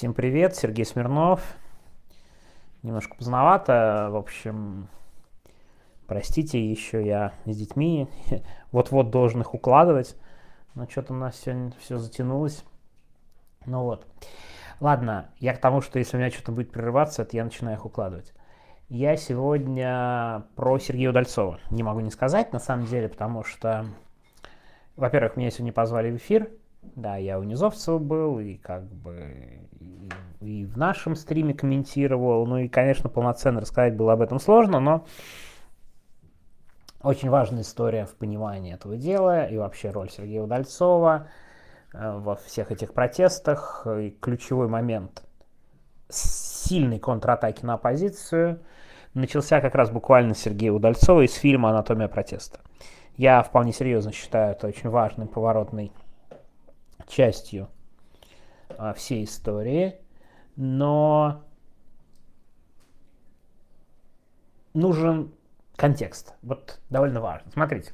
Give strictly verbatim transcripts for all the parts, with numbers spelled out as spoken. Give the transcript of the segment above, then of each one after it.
Всем привет, Сергей Смирнов. Немножко поздновато, в общем, простите, еще я с детьми, вот-вот должен их укладывать, но что-то у нас сегодня все затянулось. Ну вот. Ладно, я к тому, что если у меня что-то будет прерываться, это я начинаю их укладывать. Я сегодня про Сергея Удальцова не могу не сказать, на самом деле, потому что, во-первых, меня сегодня позвали в эфир. Да, я у Низовцева был, и как бы и, и в нашем стриме комментировал. Ну и, конечно, полноценно рассказать было об этом сложно, но очень важная история в понимании этого дела и вообще роль Сергея Удальцова во всех этих протестах. И ключевой момент сильной контратаки на оппозицию начался как раз буквально с Сергея Удальцова из фильма «Анатомия протеста». Я вполне серьезно считаю это очень важной поворотной частью а, всей истории, но нужен контекст. Вот довольно важно. Смотрите.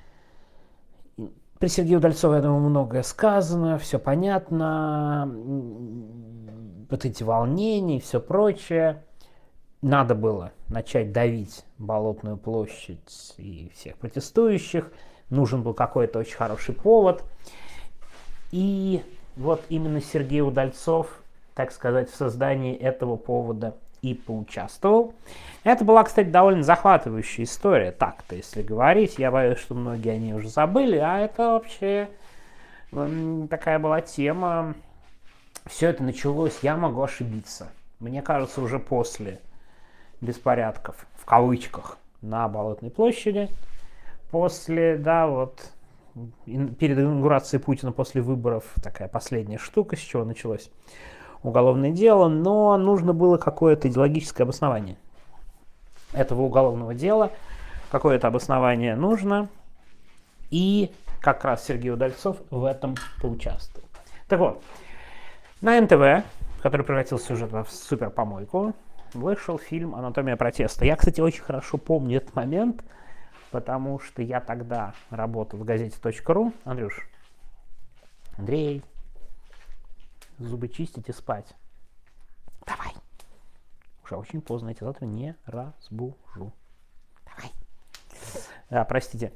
При Сергее Удальцове, я думаю, многое сказано, все понятно, вот эти волнения и все прочее. Надо было начать давить Болотную площадь и всех протестующих. Нужен был какой-то очень хороший повод. И вот именно Сергей Удальцов, так сказать, в создании этого повода и поучаствовал. Это была, кстати, довольно захватывающая история. Так-то, если говорить, я боюсь, что многие они уже забыли, а это вообще такая была тема. Все это началось, я могу ошибиться, мне кажется, уже после беспорядков, в кавычках, на Болотной площади. После, да, вот, перед инаугурацией Путина после выборов, такая последняя штука, с чего началось уголовное дело, но нужно было какое-то идеологическое обоснование этого уголовного дела, какое-то обоснование нужно, и как раз Сергей Удальцов в этом поучаствовал. Так вот, на эн тэ вэ, который превратился уже в суперпомойку, вышел фильм «Анатомия протеста». Я, кстати, очень хорошо помню этот момент, потому что я тогда работал в газете точка ру. Андрюш, Андрей, зубы чистить и спать. Давай. Уже очень поздно, я тебя завтра не разбужу. Давай. Да, простите.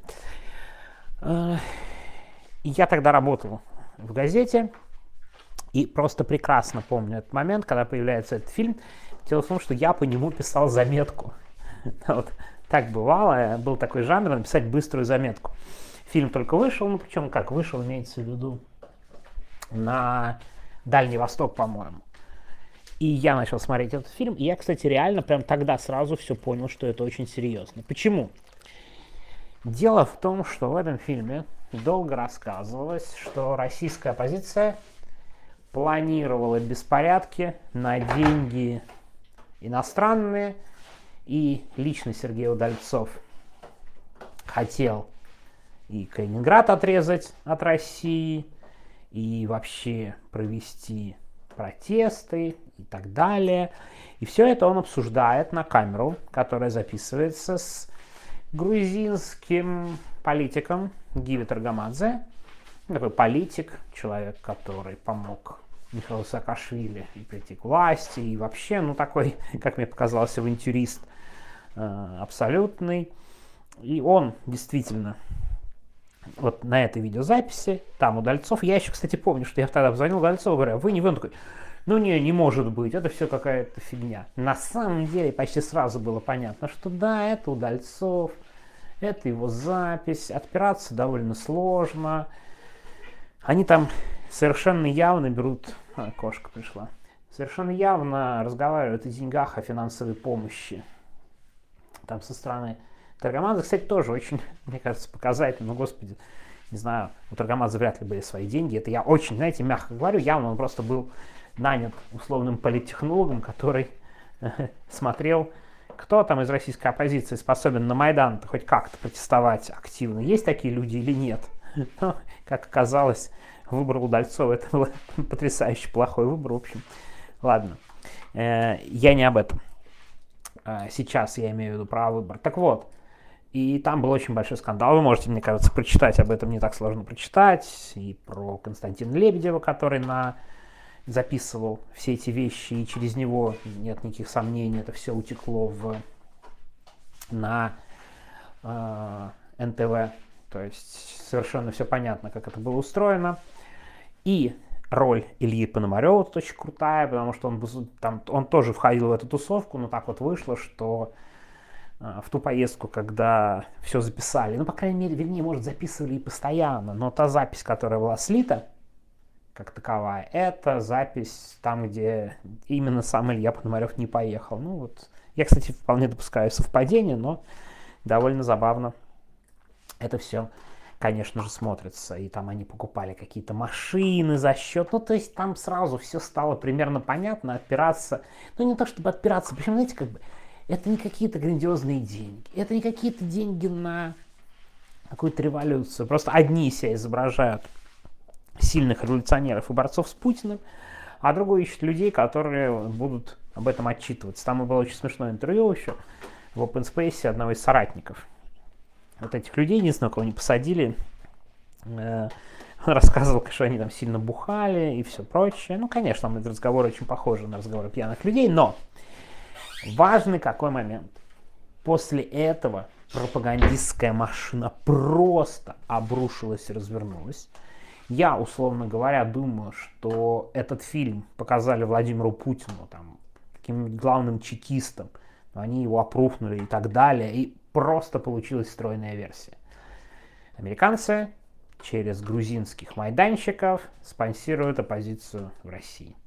Я тогда работал в газете и просто прекрасно помню этот момент, когда появляется этот фильм. Дело в том, что я по нему писал заметку. Вот. Так бывало, был такой жанр, написать быструю заметку. Фильм только вышел, ну причем как вышел, имеется в виду на Дальний Восток, по-моему. И я начал смотреть этот фильм, и я, кстати, реально прям тогда сразу все понял, что это очень серьезно. Почему? Дело в том, что в этом фильме долго рассказывалось, что российская оппозиция планировала беспорядки на деньги иностранные, и лично Сергей Удальцов хотел и Калининград отрезать от России, и вообще провести протесты и так далее. И все это он обсуждает на камеру, которая записывается с грузинским политиком Гиви Таргамадзе. Такой политик, человек, который помог Михаилу Саакашвили и прийти к власти, и вообще, ну, такой, как мне показалось, авантюрист э, абсолютный. И он действительно вот на этой видеозаписи, там Удальцов, я еще, кстати, помню, что я тогда позвонил Удальцову, говорю, вы не вы? Он такой, ну не, не может быть, это все какая-то фигня. На самом деле почти сразу было понятно, что да, это Удальцов, это его запись, отпираться довольно сложно. Они там совершенно явно берут... А, кошка пришла. Совершенно явно разговаривают о деньгах, о финансовой помощи. Там со стороны Таргамадзе, кстати, тоже очень, мне кажется, показательно. Ну, господи, не знаю, у Таргамадзе вряд ли были свои деньги. Это я очень, знаете, мягко говорю. Явно он просто был нанят условным политтехнологом, который смотрел, кто там из российской оппозиции способен на Майдан хоть как-то протестовать активно. Есть такие люди или нет? Но, как оказалось, выбор Удальцова — это был потрясающе плохой выбор. В общем, ладно. Я не об этом. Сейчас я имею в виду про выбор. Так вот, и там был очень большой скандал. Вы можете, мне кажется, прочитать об этом, не так сложно прочитать. И про Константина Лебедева, который на записывал все эти вещи, и через него, нет никаких сомнений, это все утекло в, на э, эн тэ вэ. То есть совершенно все понятно, как это было устроено. И роль Ильи Пономарева тут очень крутая, потому что он, там, он тоже входил в эту тусовку, но так вот вышло, что э, в ту поездку, когда все записали, ну, по крайней мере, вернее, может, записывали и постоянно, но та запись, которая была слита, как таковая, это запись там, где именно сам Илья Пономарев не поехал. Ну вот, я, кстати, вполне допускаю совпадение, но довольно забавно это все, конечно же, смотрится. И там они покупали какие-то машины за счет, ну то есть там сразу все стало примерно понятно, отпираться, ну не то чтобы отпираться, причем, знаете, как бы, это не какие-то грандиозные деньги, это не какие-то деньги на какую-то революцию, просто одни себя изображают сильных революционеров и борцов с Путиным, а другой ищет людей, которые будут об этом отчитываться. Там было очень смешное интервью еще в Open Space одного из соратников вот этих людей, не знаю, кого они посадили. Он рассказывал, что они там сильно бухали и все прочее. Ну, конечно, там этот разговор очень похож на разговоры пьяных людей, но важный какой момент. После этого пропагандистская машина просто обрушилась и развернулась. Я, условно говоря, думаю, что этот фильм показали Владимиру Путину, там, каким-нибудь главным чекистам, они его опруфнули и так далее, и просто получилась стройная версия. Американцы через грузинских майданщиков спонсируют оппозицию в России.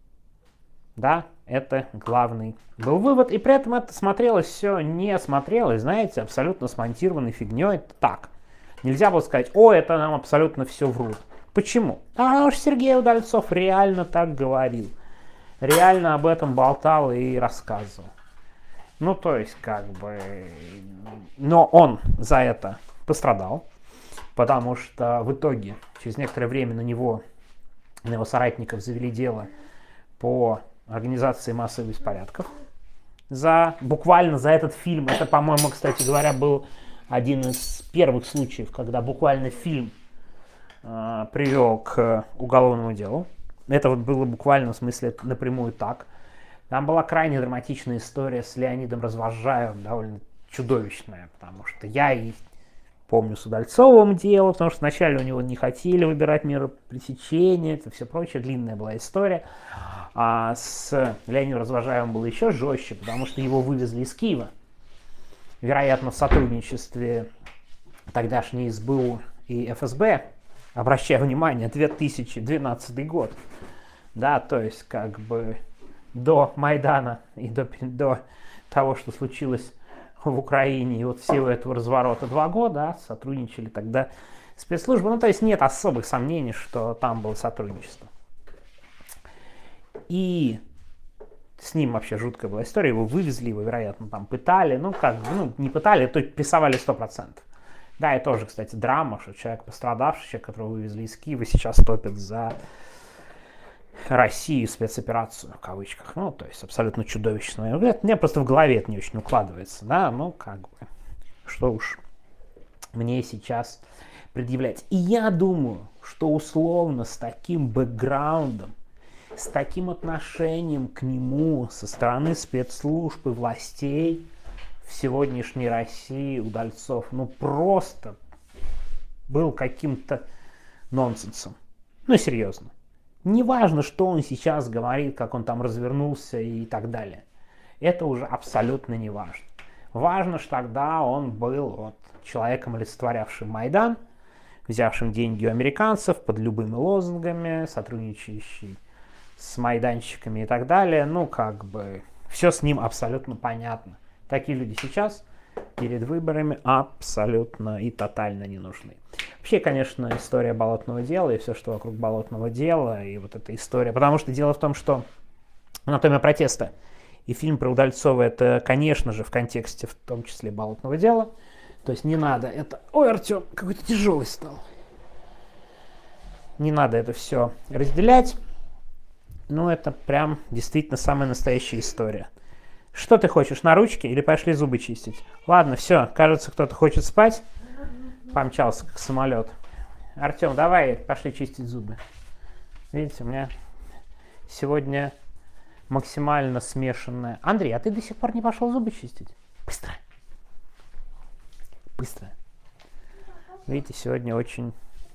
Да, это главный был вывод, и при этом это смотрелось все, не смотрелось, знаете, абсолютно смонтированной фигней. Это так. Нельзя было сказать, о, это нам абсолютно все врут. Почему? Потому что Сергей Удальцов реально так говорил. Реально об этом болтал и рассказывал. Ну, то есть, как бы... Но он за это пострадал, потому что в итоге, через некоторое время на него, на его соратников завели дело по организации массовых беспорядков. За, буквально за этот фильм. Это, по-моему, кстати говоря, был один из первых случаев, когда буквально фильм привел к уголовному делу. Это вот было буквально, в смысле, напрямую так. Там была крайне драматичная история с Леонидом Развозжаевым, довольно чудовищная, потому что я и помню с Удальцовым дело, потому что вначале у него не хотели выбирать меры пресечения, это все прочее, длинная была история. А с Леонидом Развозжаевым было еще жестче, потому что его вывезли из Киева. Вероятно, в сотрудничестве тогдашней эс бэ у и эф эс бэ. Обращаю внимание, две тысячи двенадцатый год, да, то есть как бы до Майдана и до, до того, что случилось в Украине, и вот всего этого разворота два года, да, сотрудничали тогда спецслужбы, ну то есть нет особых сомнений, что там было сотрудничество. И с ним вообще жуткая была история, его вывезли, его, вероятно, там пытали, ну как бы, ну не пытали, то есть прессовали сто процентов. Да, и тоже, кстати, драма, что человек пострадавший, человек, которого вывезли из Киева, сейчас топит за Россию спецоперацию, в кавычках. Ну, то есть абсолютно чудовищно. Это, мне просто в голове это не очень укладывается, да, ну, как бы, что уж мне сейчас предъявлять. И я думаю, что условно с таким бэкграундом, с таким отношением к нему со стороны спецслужб и властей, в сегодняшней России Удальцов, ну просто был каким-то нонсенсом. Ну серьезно. Не важно, что он сейчас говорит, как он там развернулся и так далее. Это уже абсолютно не важно. Важно, что тогда он был вот, человеком, олицетворявшим Майдан, взявшим деньги у американцев под любыми лозунгами, сотрудничающий с майданщиками и так далее. Ну как бы все с ним абсолютно понятно. Такие люди сейчас перед выборами абсолютно и тотально не нужны. Вообще, конечно, история болотного дела и все, что вокруг болотного дела, и вот эта история. Потому что дело в том, что «Анатомия протеста» и фильм про Удальцова, это, конечно же, в контексте в том числе болотного дела. То есть не надо это... Ой, Артем, какой-то тяжелый стал. Не надо это все разделять. Ну, это прям действительно самая настоящая история. Что ты хочешь, на ручке или пошли зубы чистить? Ладно, все, кажется, кто-то хочет спать. Помчался, как самолет. Артем, давай, пошли чистить зубы. Видите, у меня сегодня максимально смешанная. Андрей, а ты до сих пор не пошел зубы чистить? Быстро. Быстро. Видите, сегодня очень,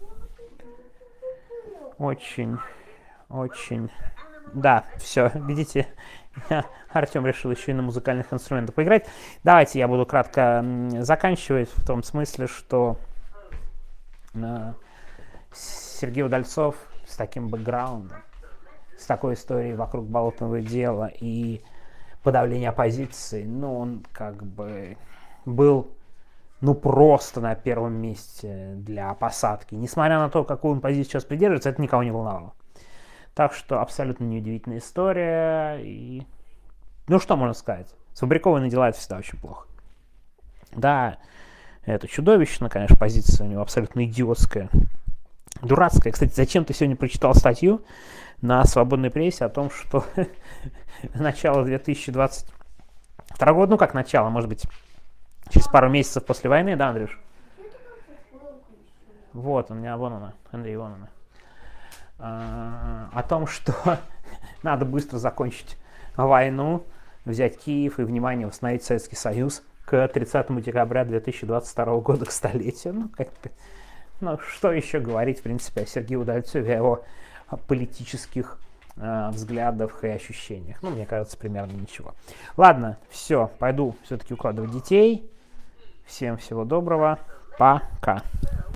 очень, очень... Да, все, видите, Артем решил еще и на музыкальных инструментах поиграть. Давайте я буду кратко заканчивать в том смысле, что э, Сергей Удальцов с таким бэкграундом, с такой историей вокруг болотного дела и подавления оппозиции, ну, он как бы был, ну, просто на первом месте для посадки. Несмотря на то, какую он позицию сейчас придерживается, это никого не волновало. Так что абсолютно неудивительная история. И... Ну, что можно сказать? Сфабрикованные дела — это всегда очень плохо. Да, это чудовищно, конечно, позиция у него абсолютно идиотская, дурацкая. Кстати, зачем ты сегодня прочитал статью на «Свободной прессе» о том, что начало две тысячи двадцать второго года, ну как начало, может быть, через пару месяцев после войны, да, Андрюш? Вот, у меня, вон она, Андрей, вон она. А, о том, что надо быстро закончить войну, взять Киев и, внимание, восстановить Советский Союз к тридцатому декабря две тысячи двадцать второго года, к столетию. Ну, как бы, ну, что еще говорить, в принципе, о Сергее Удальцове, о его политических э, взглядах и ощущениях. Ну, мне кажется, примерно ничего. Ладно, все, пойду все-таки укладывать детей. Всем всего доброго. Пока.